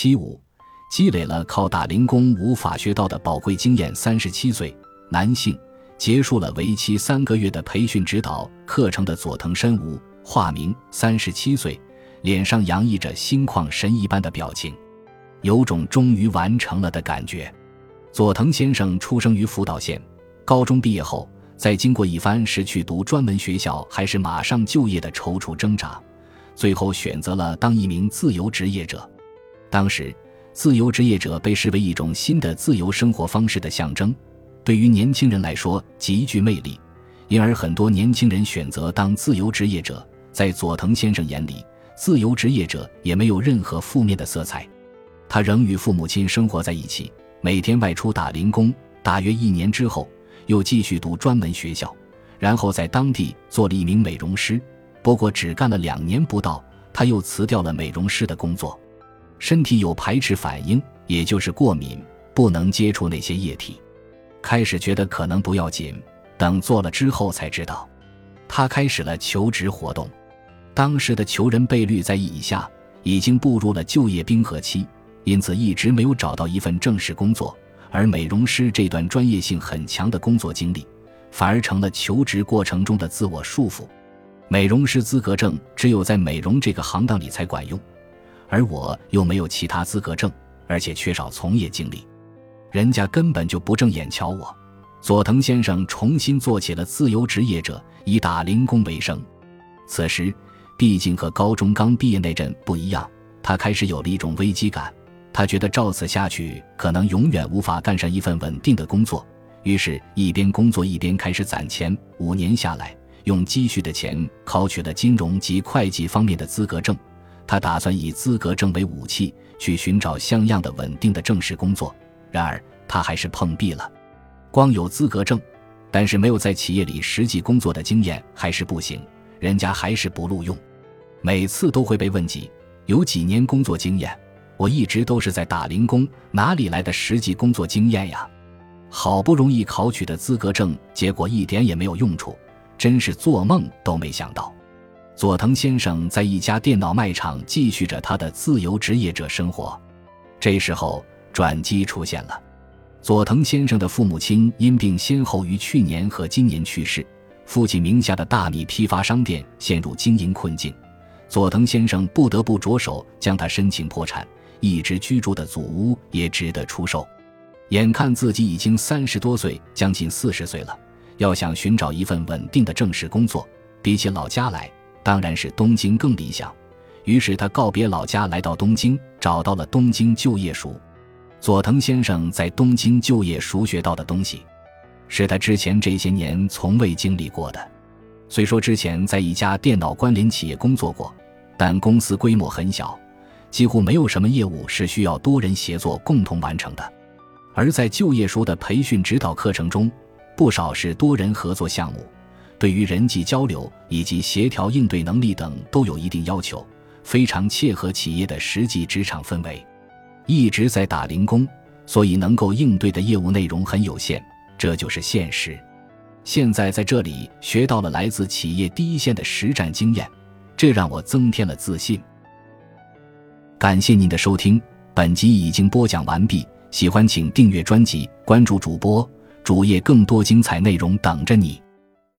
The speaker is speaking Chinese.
75，积累了靠打零工无法学到的宝贵经验。37岁，男性，结束了为期3个月的培训指导课程的佐藤伸吾，化名37岁，脸上洋溢着心旷神怡般的表情，有种终于完成了的感觉。佐藤先生出生于福岛县，高中毕业后，在经过一番是去读专门学校还是马上就业的踌躇挣扎，最后选择了当一名自由职业者。当时自由职业者被视为一种新的自由生活方式的象征，对于年轻人来说极具魅力，因而很多年轻人选择当自由职业者。在佐藤先生眼里，自由职业者也没有任何负面的色彩。他仍与父母亲生活在一起，每天外出打零工，大约1年之后又继续读专门学校，然后在当地做了一名美容师。不过只干了2年不到，他又辞掉了美容师的工作。身体有排斥反应，也就是过敏，不能接触那些液体。开始觉得可能不要紧，等做了之后才知道。他开始了求职活动，当时的求人倍率在1以下，已经步入了就业冰河期，因此一直没有找到一份正式工作。而美容师这段专业性很强的工作经历，反而成了求职过程中的自我束缚。美容师资格证只有在美容这个行当里才管用，而我又没有其他资格证，而且缺少从业经历，人家根本就不正眼瞧我。佐藤先生重新做起了自由职业者，以打零工为生。此时毕竟和高中刚毕业那阵不一样，他开始有了一种危机感，他觉得照此下去可能永远无法干上一份稳定的工作，于是一边工作一边开始攒钱。5年下来，用积蓄的钱考取了金融及会计方面的资格证。他打算以资格证为武器，去寻找像样的稳定的正式工作。然而他还是碰壁了，光有资格证，但是没有在企业里实际工作的经验还是不行，人家还是不录用。每次都会被问及有几年工作经验，我一直都是在打零工，哪里来的实际工作经验呀？好不容易考取的资格证，结果一点也没有用处，真是做梦都没想到。佐藤先生在一家电脑卖场继续着他的自由职业者生活。这时候转机出现了，佐藤先生的父母亲因病先后于去年和今年去世，父亲名下的大米批发商店陷入经营困境，佐藤先生不得不着手将他申请破产，一直居住的祖屋也只得出售。眼看自己已经30多岁，将近40岁了，要想寻找一份稳定的正式工作，比起老家来，当然是东京更理想。于是他告别老家，来到东京，找到了东京就业署。佐藤先生在东京就业署学到的东西，是他之前这些年从未经历过的。虽说之前在一家电脑关联企业工作过，但公司规模很小，几乎没有什么业务是需要多人协作共同完成的。而在就业署的培训指导课程中，不少是多人合作项目，对于人际交流以及协调应对能力等都有一定要求，非常切合企业的实际职场氛围。一直在打零工，所以能够应对的业务内容很有限，这就是现实。现在在这里学到了来自企业第一线的实战经验，这让我增添了自信。感谢您的收听，本集已经播讲完毕，喜欢请订阅专辑，关注主播，主页更多精彩内容等着你。